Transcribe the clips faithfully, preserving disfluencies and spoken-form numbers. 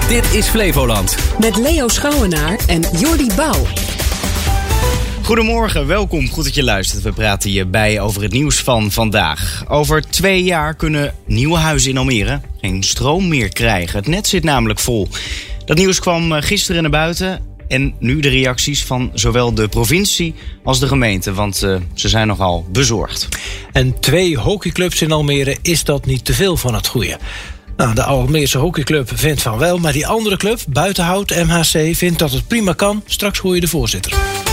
Dit is Flevoland. Met Leo Schouwenaar en Jordi Bouw. Goedemorgen, welkom. Goed dat je luistert. We praten je bij over het nieuws van vandaag. Over twee jaar kunnen nieuwe huizen in Almere geen stroom meer krijgen. Het net zit namelijk vol. Dat nieuws kwam gisteren naar buiten. En nu de reacties van zowel de provincie als de gemeente. Want uh, ze zijn nogal bezorgd. En twee hockeyclubs in Almere, is dat niet te veel van het goede? Nou, de Almeerse hockeyclub vindt van wel. Maar die andere club, Buitenhout, M H C, vindt dat het prima kan. Straks hoor je de voorzitter.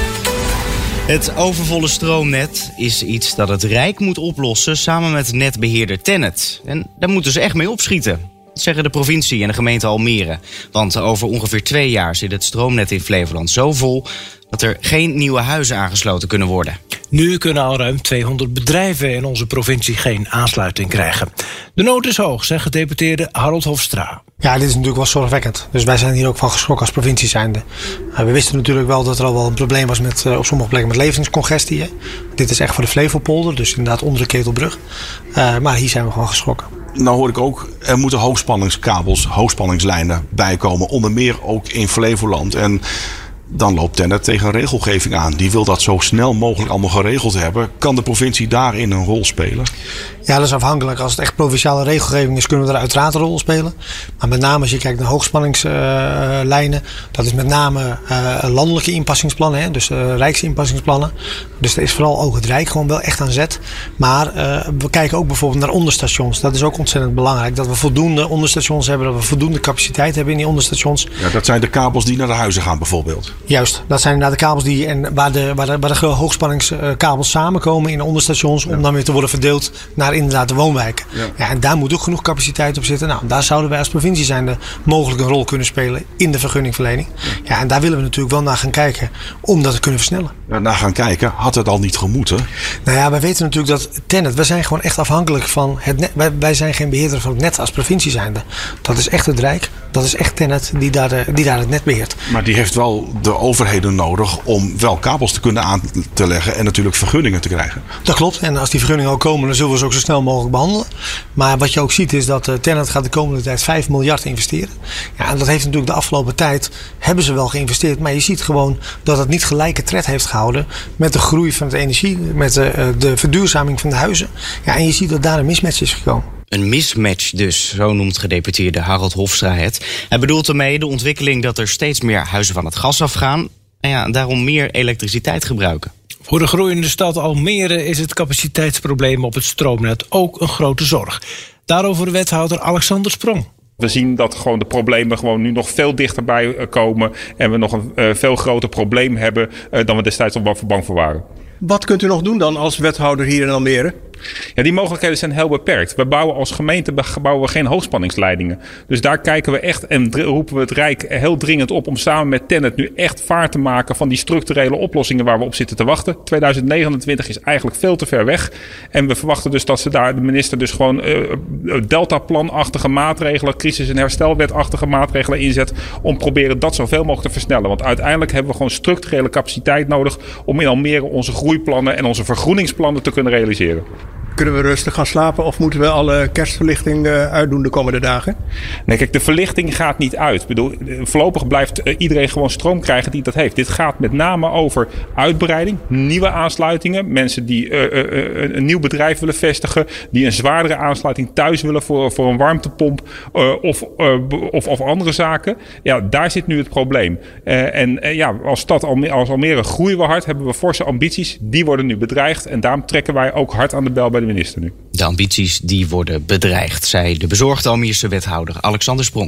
Het overvolle stroomnet is iets dat het Rijk moet oplossen samen met netbeheerder Tennet. En daar moeten ze echt mee opschieten, zeggen de provincie en de gemeente Almere. Want over ongeveer twee jaar zit het stroomnet in Flevoland zo vol dat er geen nieuwe huizen aangesloten kunnen worden. Nu kunnen al ruim tweehonderd bedrijven in onze provincie geen aansluiting krijgen. De nood is hoog, zegt gedeputeerde Harold Hofstra. Ja, dit is natuurlijk wel zorgwekkend. Dus wij zijn hier ook van geschrokken als provincie zijnde. Uh, we wisten natuurlijk wel dat er al wel een probleem was met, uh, op sommige plekken met leveringscongestie. Hè. Dit is echt voor de Flevopolder, dus inderdaad onder de Ketelbrug. Uh, maar hier zijn we gewoon geschrokken. Nou hoor ik ook, er moeten hoogspanningskabels, hoogspanningslijnen bijkomen. Onder meer ook in Flevoland. En dan loopt Tennet tegen een regelgeving aan. Die wil dat zo snel mogelijk allemaal geregeld hebben. Kan de provincie daarin een rol spelen? Ja, dat is afhankelijk. Als het echt provinciale regelgeving is, kunnen we er uiteraard een rol spelen. Maar met name als je kijkt naar hoogspanningslijnen. Uh, dat is met name uh, landelijke inpassingsplannen. Hè, dus uh, rijksinpassingsplannen. Dus er is vooral ook het Rijk gewoon wel echt aan zet. Maar uh, we kijken ook bijvoorbeeld naar onderstations. Dat is ook ontzettend belangrijk. Dat we voldoende onderstations hebben. Dat we voldoende capaciteit hebben in die onderstations. Ja, dat zijn de kabels die naar de huizen gaan bijvoorbeeld. Juist, dat zijn inderdaad de kabels die en waar de, waar de, waar de hoogspanningskabels samenkomen in de onderstations. Om ja. dan weer te worden verdeeld naar inderdaad de woonwijken. Ja. Ja, en daar moet ook genoeg capaciteit op zitten. Nou, daar zouden wij als provincie zijnde mogelijk een rol kunnen spelen in de vergunningverlening. Ja. Ja, en daar willen we natuurlijk wel naar gaan kijken om dat te kunnen versnellen. Ja, naar gaan kijken, had het al niet gemoeten? Nou ja, wij weten natuurlijk dat Tennet, wij zijn gewoon echt afhankelijk van het net. Wij, wij zijn geen beheerder van het net als provincie zijnde. Dat is echt het Rijk. Dat is echt Tennet die daar, de, die daar het net beheert. Maar die heeft wel de overheden nodig om wel kabels te kunnen aan te leggen en natuurlijk vergunningen te krijgen. Dat klopt. En als die vergunningen al komen, dan zullen we ze ook zo snel mogelijk behandelen. Maar wat je ook ziet is dat uh, Tennet gaat de komende tijd vijf miljard investeren. Ja, en dat heeft natuurlijk de afgelopen tijd, hebben ze wel geïnvesteerd. Maar je ziet gewoon dat het niet gelijke tred heeft gehouden met de groei van de energie, met de, uh, de verduurzaming van de huizen. Ja, en je ziet dat daar een mismatch is gekomen. Een mismatch dus, zo noemt gedeputeerde Harold Hofstra het. Hij bedoelt ermee de ontwikkeling dat er steeds meer huizen van het gas afgaan en ja, daarom meer elektriciteit gebruiken. Voor de groeiende stad Almere is het capaciteitsprobleem op het stroomnet ook een grote zorg. Daarover wethouder Alexander Sprong. We zien dat gewoon de problemen gewoon nu nog veel dichterbij komen en we nog een uh, veel groter probleem hebben uh, dan we destijds al bang voor waren. Wat kunt u nog doen dan als wethouder hier in Almere? Ja, die mogelijkheden zijn heel beperkt. We bouwen als gemeente bouwen we geen hoogspanningsleidingen. Dus daar kijken we echt en roepen we het Rijk heel dringend op om samen met Tennet nu echt vaart te maken van die structurele oplossingen waar we op zitten te wachten. tweeduizend negenentwintig is eigenlijk veel te ver weg. En we verwachten dus dat ze daar de minister dus gewoon uh, deltaplanachtige maatregelen, crisis- en herstelwetachtige maatregelen inzet om proberen dat zoveel mogelijk te versnellen. Want uiteindelijk hebben we gewoon structurele capaciteit nodig om in Almere onze groeiplannen en onze vergroeningsplannen te kunnen realiseren. Kunnen we rustig gaan slapen of moeten we alle kerstverlichting uh, uitdoen de komende dagen? Nee, kijk, de verlichting gaat niet uit. Ik bedoel, voorlopig blijft uh, iedereen gewoon stroom krijgen die dat heeft. Dit gaat met name over uitbreiding, nieuwe aansluitingen. Mensen die uh, uh, een nieuw bedrijf willen vestigen, die een zwaardere aansluiting thuis willen voor, voor een warmtepomp uh, of, uh, of, of andere zaken. Ja, daar zit nu het probleem. Uh, en uh, ja, als stad Almere, als Almere groeien we hard, hebben we forse ambities. Die worden nu bedreigd en daarom trekken wij ook hard aan de bel bij de minister nu. De ambities die worden bedreigd, zei de bezorgde Almeerse wethouder Alexander Sprong.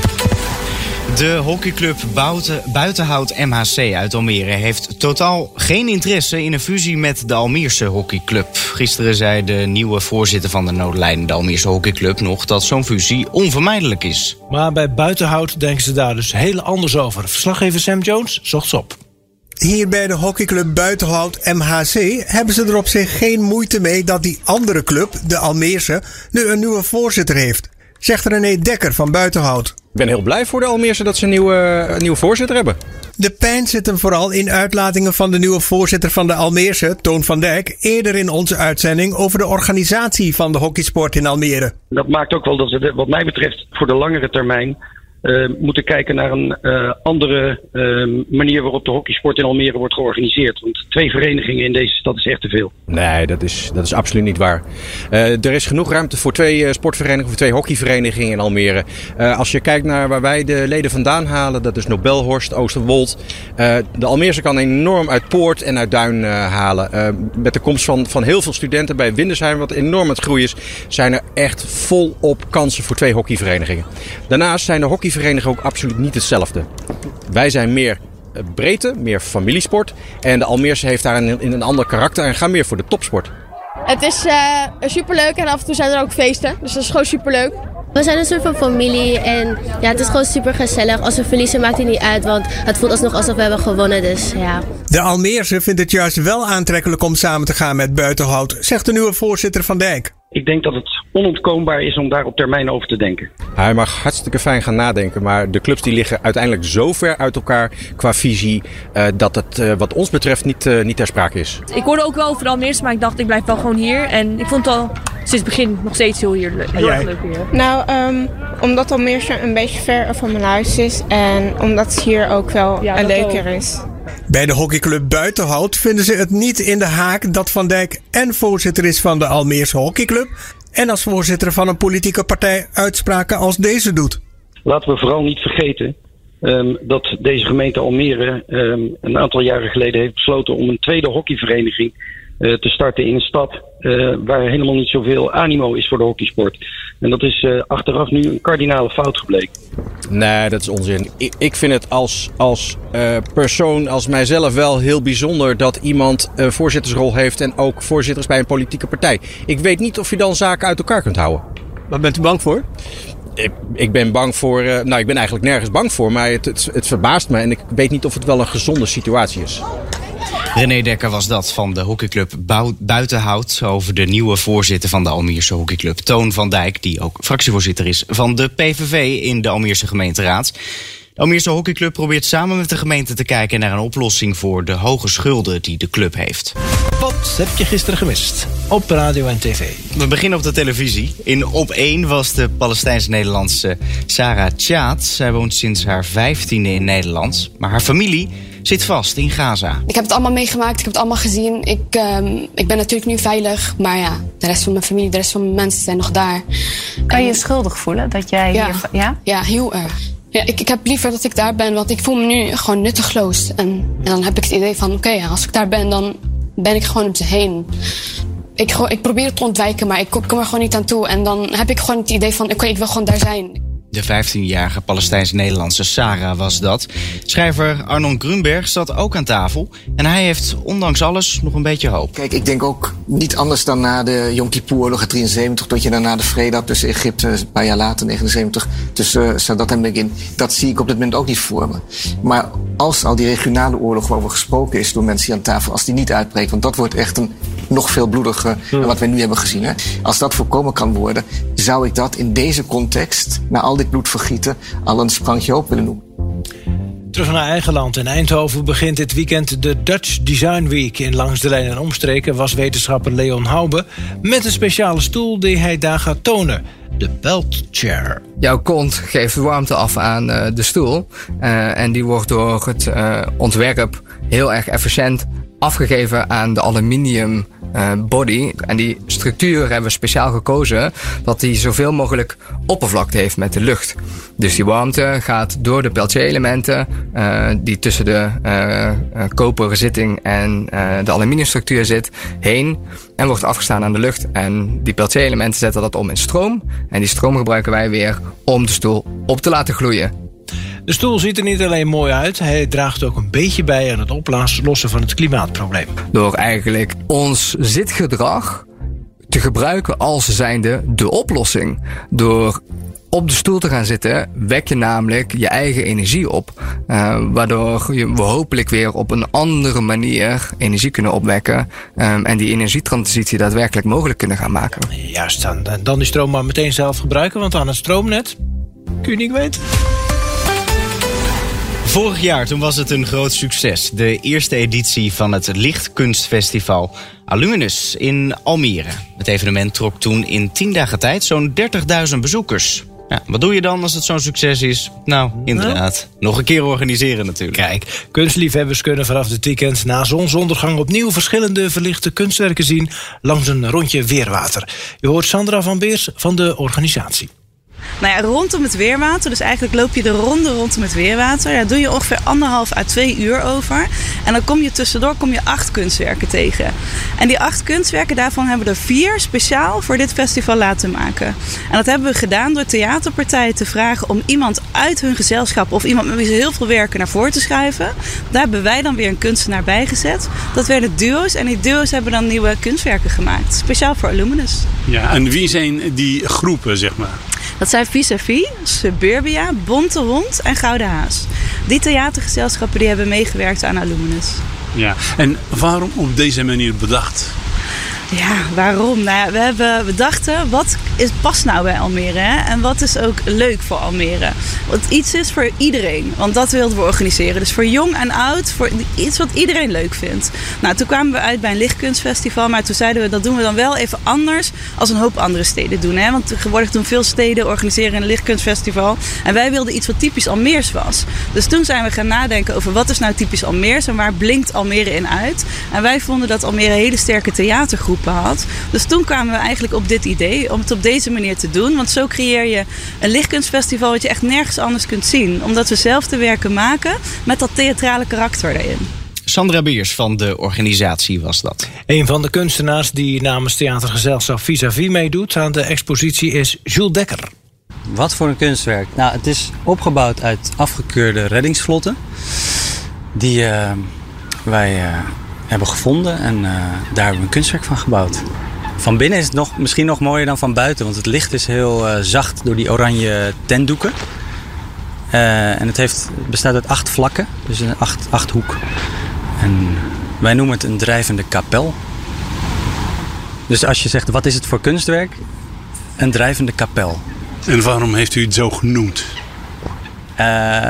De hockeyclub Buitenhout M H C uit Almere heeft totaal geen interesse in een fusie met de Almeerse hockeyclub. Gisteren zei de nieuwe voorzitter van de noodlijdende Almeerse hockeyclub nog dat zo'n fusie onvermijdelijk is. Maar bij Buitenhout denken ze daar dus heel anders over. Verslaggever Sam Jones zocht ze op. Hier bij de hockeyclub Buitenhout M H C hebben ze er op zich geen moeite mee dat die andere club, de Almeerse, nu een nieuwe voorzitter heeft. Zegt René Dekker van Buitenhout. Ik ben heel blij voor de Almeerse dat ze een nieuwe, een nieuwe voorzitter hebben. De pijn zit hem vooral in uitlatingen van de nieuwe voorzitter van de Almeerse, Toon van Dijk, eerder in onze uitzending over de organisatie van de hockeysport in Almere. Dat maakt ook wel dat het wat mij betreft voor de langere termijn uh, moeten kijken naar een uh, andere uh, manier waarop de hockeysport in Almere wordt georganiseerd. Want twee verenigingen in deze stad is echt te veel. Nee, dat is, dat is absoluut niet waar. Uh, er is genoeg ruimte voor twee uh, sportverenigingen, voor twee hockeyverenigingen in Almere. Uh, als je kijkt naar waar wij de leden vandaan halen, dat is Nobelhorst, Oosterwold. Uh, de Almeerse kan enorm uit Poort en uit Duin uh, halen. Uh, met de komst van, van heel veel studenten bij Windesheim, wat enorm aan het groeien is, zijn er echt volop kansen voor twee hockeyverenigingen. Daarnaast zijn de hockeyverenigingen ook absoluut niet hetzelfde. Wij zijn meer breedte, meer familiesport. En de Almeerse heeft daar een, een ander karakter en gaan meer voor de topsport. Het is uh, superleuk en af en toe zijn er ook feesten. Dus dat is gewoon superleuk. We zijn een soort van familie en ja, het is gewoon super gezellig. Als we verliezen maakt het niet uit, want het voelt alsnog alsof we hebben gewonnen. Dus ja. De Almeerse vindt het juist wel aantrekkelijk om samen te gaan met Buitenhout, zegt de nieuwe voorzitter Van Dijk. Ik denk dat het onontkoombaar is om daar op termijn over te denken. Hij mag hartstikke fijn gaan nadenken, maar de clubs die liggen uiteindelijk zo ver uit elkaar qua visie uh, dat het uh, wat ons betreft niet, uh, niet ter sprake is. Ik hoorde ook wel over de Almeerse, maar ik dacht ik blijf wel gewoon hier. En ik vond het al sinds het begin nog steeds heel, hier, heel erg leuk hier. Nou, um, omdat Almeerse een beetje ver van mijn huis is en omdat het hier ook wel ja, leuker ook is. Bij de hockeyclub Buitenhout vinden ze het niet in de haak dat Van Dijk en voorzitter is van de Almeerse hockeyclub en als voorzitter van een politieke partij uitspraken als deze doet. Laten we vooral niet vergeten um, dat deze gemeente Almere um, een aantal jaren geleden heeft besloten om een tweede hockeyvereniging uh, te starten in een stad uh, waar helemaal niet zoveel animo is voor de hockeysport. En dat is uh, achteraf nu een kardinale fout gebleken. Nee, dat is onzin. Ik, ik vind het als, als uh, persoon, als mijzelf wel heel bijzonder dat iemand een voorzittersrol heeft en ook voorzitter is bij een politieke partij. Ik weet niet of je dan zaken uit elkaar kunt houden. Waar bent u bang voor? Ik, ik ben bang voor, uh, nou ik ben eigenlijk nergens bang voor, maar het, het, het verbaast me en ik weet niet of het wel een gezonde situatie is. René Dekker was dat van de hockeyclub Buitenhout over de nieuwe voorzitter van de Almeerse hockeyclub, Toon van Dijk, die ook fractievoorzitter is van de P V V in de Almeerse gemeenteraad. De Almeerse hockeyclub probeert samen met de gemeente te kijken naar een oplossing voor de hoge schulden die de club heeft. Wat heb je gisteren gemist? Op radio en tv. We beginnen op de televisie. In Op één was de Palestijns-Nederlandse Sarah Tjaat. Zij woont sinds haar vijftiende in Nederland. Maar haar familie zit vast in Gaza. Ik heb het allemaal meegemaakt, ik heb het allemaal gezien. Ik, um, ik ben natuurlijk nu veilig, maar ja, de rest van mijn familie, de rest van mijn mensen zijn nog daar. Kan je je schuldig voelen dat jij ja, hier... Ja? Ja, heel erg. Ja, ik, ik heb liever dat ik daar ben, want ik voel me nu gewoon nutteloos. En, en dan heb ik het idee van, oké, okay, als ik daar ben, dan ben ik gewoon op ze heen. Ik, ik probeer het te ontwijken, maar ik kom er gewoon niet aan toe. En dan heb ik gewoon het idee van, oké, okay, ik wil gewoon daar zijn. De vijftienjarige Palestijns-Nederlandse Sarah was dat. Schrijver Arnon Grunberg zat ook aan tafel. En hij heeft ondanks alles nog een beetje hoop. Kijk, ik denk ook niet anders dan na de Yom Kippur-oorlog in drieënzeventig... tot je daarna de vrede had tussen Egypte, een paar jaar later, negenenzeventig... tussen Sadat en Begin. Dat zie ik op dit moment ook niet voor me. Maar als al die regionale oorlog waarover gesproken is door mensen hier aan tafel... als die niet uitbreekt, want dat wordt echt een nog veel bloediger dan wat we nu hebben gezien. Hè? Als dat voorkomen kan worden, zou ik dat in deze context, na al dit bloedvergieten, al een sprankje hoop willen noemen. Terug naar eigen land. In Eindhoven begint dit weekend de Dutch Design Week. In Langs de Lijn en Omstreken was wetenschapper Leon Haube met een speciale stoel die hij daar gaat tonen. De Belt Chair. Jouw kont geeft warmte af aan uh, de stoel. Uh, en die wordt door het uh, ontwerp heel erg efficiënt afgegeven aan de aluminium uh, body. En die structuur hebben we speciaal gekozen dat die zoveel mogelijk oppervlakte heeft met de lucht. Dus die warmte gaat door de Peltier-elementen uh, die tussen de uh, uh, koperen zitting en uh, de aluminiumstructuur zit, heen en wordt afgestaan aan de lucht. En die Peltier-elementen zetten dat om in stroom. En die stroom gebruiken wij weer om de stoel op te laten gloeien. De stoel ziet er niet alleen mooi uit, hij draagt ook een beetje bij aan het oplossen van het klimaatprobleem. Door eigenlijk ons zitgedrag te gebruiken als zijnde de oplossing. Door op de stoel te gaan zitten, wek je namelijk je eigen energie op. Uh, waardoor we hopelijk weer op een andere manier energie kunnen opwekken. Um, en die energietransitie daadwerkelijk mogelijk kunnen gaan maken. Juist, dan, dan die stroom maar meteen zelf gebruiken, want aan het stroomnet kun je niet weten. Vorig jaar toen was het een groot succes. De eerste editie van het Lichtkunstfestival Aluminus in Almere. Het evenement trok toen in tien dagen tijd zo'n dertigduizend bezoekers. Ja, wat doe je dan als het zo'n succes is? Nou, inderdaad. Nog een keer organiseren natuurlijk. Kijk, kunstliefhebbers kunnen vanaf dit weekend na zonsondergang opnieuw verschillende verlichte kunstwerken zien langs een rondje Weerwater. Je hoort Sandra van Beers van de organisatie. Nou ja, rondom het Weerwater, dus eigenlijk loop je de ronde rondom het Weerwater. Daar doe je ongeveer anderhalf à twee uur over. En dan kom je tussendoor kom je acht kunstwerken tegen. En die acht kunstwerken, daarvan hebben we er vier speciaal voor dit festival laten maken. En dat hebben we gedaan door theaterpartijen te vragen om iemand uit hun gezelschap of iemand met wie ze heel veel werken naar voren te schuiven. Daar hebben wij dan weer een kunstenaar bij gezet. Dat werden duo's en die duo's hebben dan nieuwe kunstwerken gemaakt. Speciaal voor Illuminus. Ja, en wie zijn die groepen, zeg maar? Dat zijn Vis-à-vis, Suburbia, Bonte Hond en Gouden Haas. Die theatergezelschappen die hebben meegewerkt aan Illuminus. Ja, en waarom op deze manier bedacht? Ja, waarom? Nou ja, we, hebben, we dachten, wat is, past nou bij Almere? Hè? En wat is ook leuk voor Almere? Wat iets is voor iedereen. Want dat wilden we organiseren. Dus voor jong en oud, voor iets wat iedereen leuk vindt. Nou, toen kwamen we uit bij een lichtkunstfestival. Maar toen zeiden we, dat doen we dan wel even anders als een hoop andere steden doen. Hè? Want tegenwoordig doen veel steden organiseren een lichtkunstfestival. En wij wilden iets wat typisch Almeers was. Dus toen zijn we gaan nadenken over wat is nou typisch Almeers en waar blinkt Almere in uit. En wij vonden dat Almere hele sterke theatergroepen had. Dus toen kwamen we eigenlijk op dit idee om het op deze manier te doen. Want zo creëer je een lichtkunstfestival wat je echt nergens anders kunt zien. Omdat we zelf de werken maken met dat theatrale karakter erin. Sandra Beers van de organisatie was dat. Een van de kunstenaars die namens theatergezelschap Vis-à-vis meedoet aan de expositie is Jules Dekker. Wat voor een kunstwerk? Nou, het is opgebouwd uit afgekeurde reddingsvlotten die uh, wij uh, hebben gevonden en uh, daar hebben we een kunstwerk van gebouwd. Van binnen is het nog, misschien nog mooier dan van buiten, want het licht is heel uh, zacht door die oranje tentdoeken. Uh, en het, heeft, het bestaat uit acht vlakken, dus een acht, acht hoek. En wij noemen het een drijvende kapel. Dus als je zegt, wat is het voor kunstwerk? Een drijvende kapel. En waarom heeft u het zo genoemd? Uh,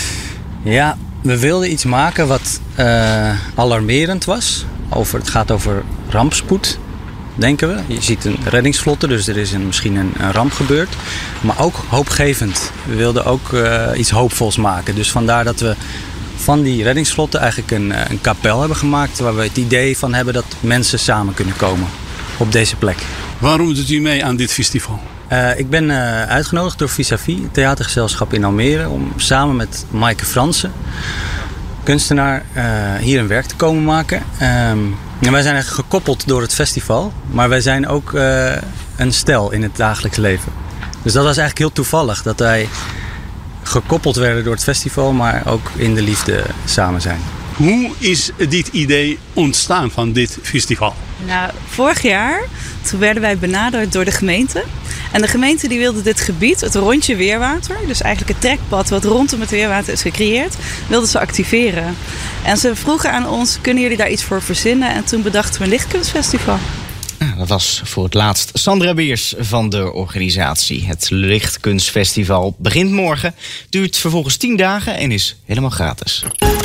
ja, we wilden iets maken wat uh, alarmerend was. Over, het gaat over rampspoed, denken we. Je ziet een reddingsvlotte, dus er is een, misschien een, een ramp gebeurd. Maar ook hoopgevend. We wilden ook uh, iets hoopvols maken. Dus vandaar dat we van die reddingsvlotten eigenlijk een, een kapel hebben gemaakt. Waar we het idee van hebben dat mensen samen kunnen komen op deze plek. Waarom doet u mee aan dit festival? Uh, ik ben uh, uitgenodigd door Vis-à-Vis, theatergezelschap in Almere, om samen met Maaike Fransen, kunstenaar, uh, hier een werk te komen maken. Um, en wij zijn eigenlijk gekoppeld door het festival, maar wij zijn ook uh, een stel in het dagelijks leven. Dus dat was eigenlijk heel toevallig, dat wij gekoppeld werden door het festival, maar ook in de liefde samen zijn. Hoe is dit idee ontstaan van dit festival? Nou, vorig jaar toen werden wij benaderd door de gemeente. En de gemeente die wilde dit gebied, het rondje Weerwater, dus eigenlijk het trekpad wat rondom het Weerwater is gecreëerd, wilden ze activeren. En ze vroegen aan ons, kunnen jullie daar iets voor verzinnen? En toen bedachten we een lichtkunstfestival. Ja, dat was voor het laatst Sandra Beers van de organisatie. Het Lichtkunstfestival begint morgen, duurt vervolgens tien dagen en is helemaal gratis.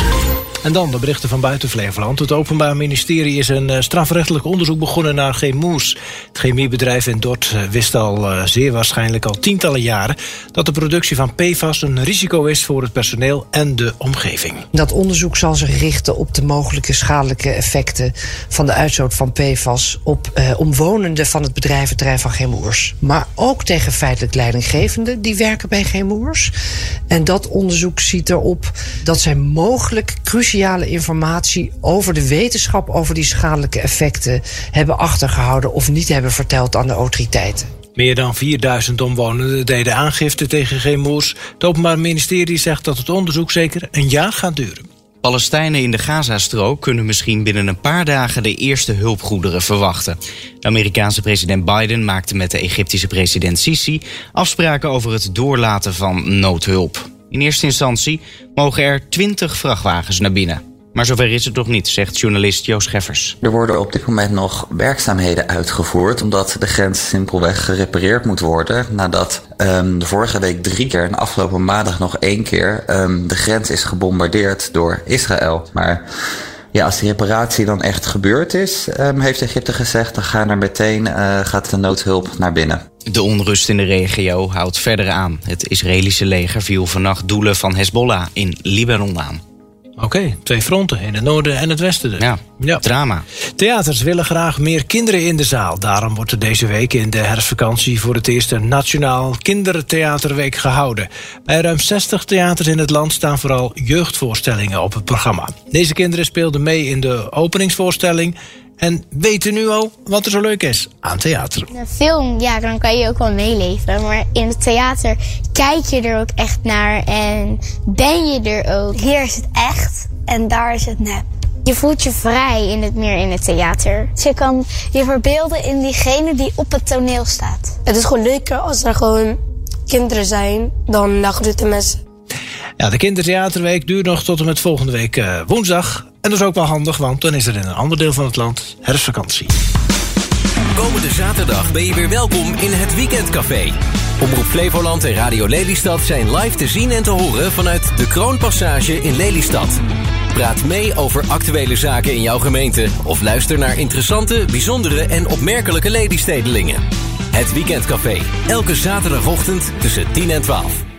En dan de berichten van buiten Flevoland. Het Openbaar Ministerie is een uh, strafrechtelijk onderzoek begonnen naar Chemours. Het chemiebedrijf in Dort uh, wist al uh, zeer waarschijnlijk al tientallen jaren dat de productie van P F A S een risico is voor het personeel en de omgeving. Dat onderzoek zal zich richten op de mogelijke schadelijke effecten van de uitstoot van P F A S op uh, omwonenden van het bedrijventerrein van Chemours. Maar ook tegen feitelijk leidinggevenden die werken bij Chemours. En dat onderzoek ziet erop dat zij mogelijk cruciale informatie over de wetenschap over die schadelijke effecten hebben achtergehouden of niet hebben verteld aan de autoriteiten. Meer dan vierduizend omwonenden deden aangifte tegen Chemours. Het Openbaar Ministerie zegt dat het onderzoek zeker een jaar gaat duren. Palestijnen in de Gazastrook kunnen misschien binnen een paar dagen de eerste hulpgoederen verwachten. De Amerikaanse president Biden maakte met de Egyptische president Sisi afspraken over het doorlaten van noodhulp. In eerste instantie mogen er twintig vrachtwagens naar binnen. Maar zover is het nog niet, zegt journalist Joost Geffers. Er worden op dit moment nog werkzaamheden uitgevoerd, omdat de grens simpelweg gerepareerd moet worden. Nadat um, de vorige week drie keer en afgelopen maandag nog één keer um, de grens is gebombardeerd door Israël. Maar ja, als die reparatie dan echt gebeurd is, um, heeft Egypte gezegd, dan gaan er meteen, uh, gaat de noodhulp naar binnen. De onrust in de regio houdt verder aan. Het Israëlische leger viel vannacht doelen van Hezbollah in Libanon aan. Oké, okay, twee fronten, in het noorden en het westen dus. Ja, ja, drama. Theaters willen graag meer kinderen in de zaal. Daarom wordt er deze week in de herfstvakantie voor het eerst een Nationaal Kindertheaterweek gehouden. Bij ruim zestig theaters in het land staan vooral jeugdvoorstellingen op het programma. Deze kinderen speelden mee in de openingsvoorstelling en weten nu al wat er zo leuk is aan theater. In een film, ja, dan kan je ook wel meeleven. Maar in het theater kijk je er ook echt naar en ben je er ook. Hier is het echt en daar is het nep. Je voelt je vrij in het meer in het theater. Dus je kan je verbeelden in diegene die op het toneel staat. Het is gewoon leuker als er gewoon kinderen zijn dan grote mensen. Ja, de Kindertheaterweek duurt nog tot en met volgende week uh, woensdag. En dat is ook wel handig, want dan is er in een ander deel van het land herfstvakantie. Komende zaterdag ben je weer welkom in het Weekendcafé. Omroep Flevoland en Radio Lelystad zijn live te zien en te horen vanuit de Kroonpassage in Lelystad. Praat mee over actuele zaken in jouw gemeente of luister naar interessante, bijzondere en opmerkelijke Lelystedelingen. Het Weekendcafé, elke zaterdagochtend tussen tien en twaalf.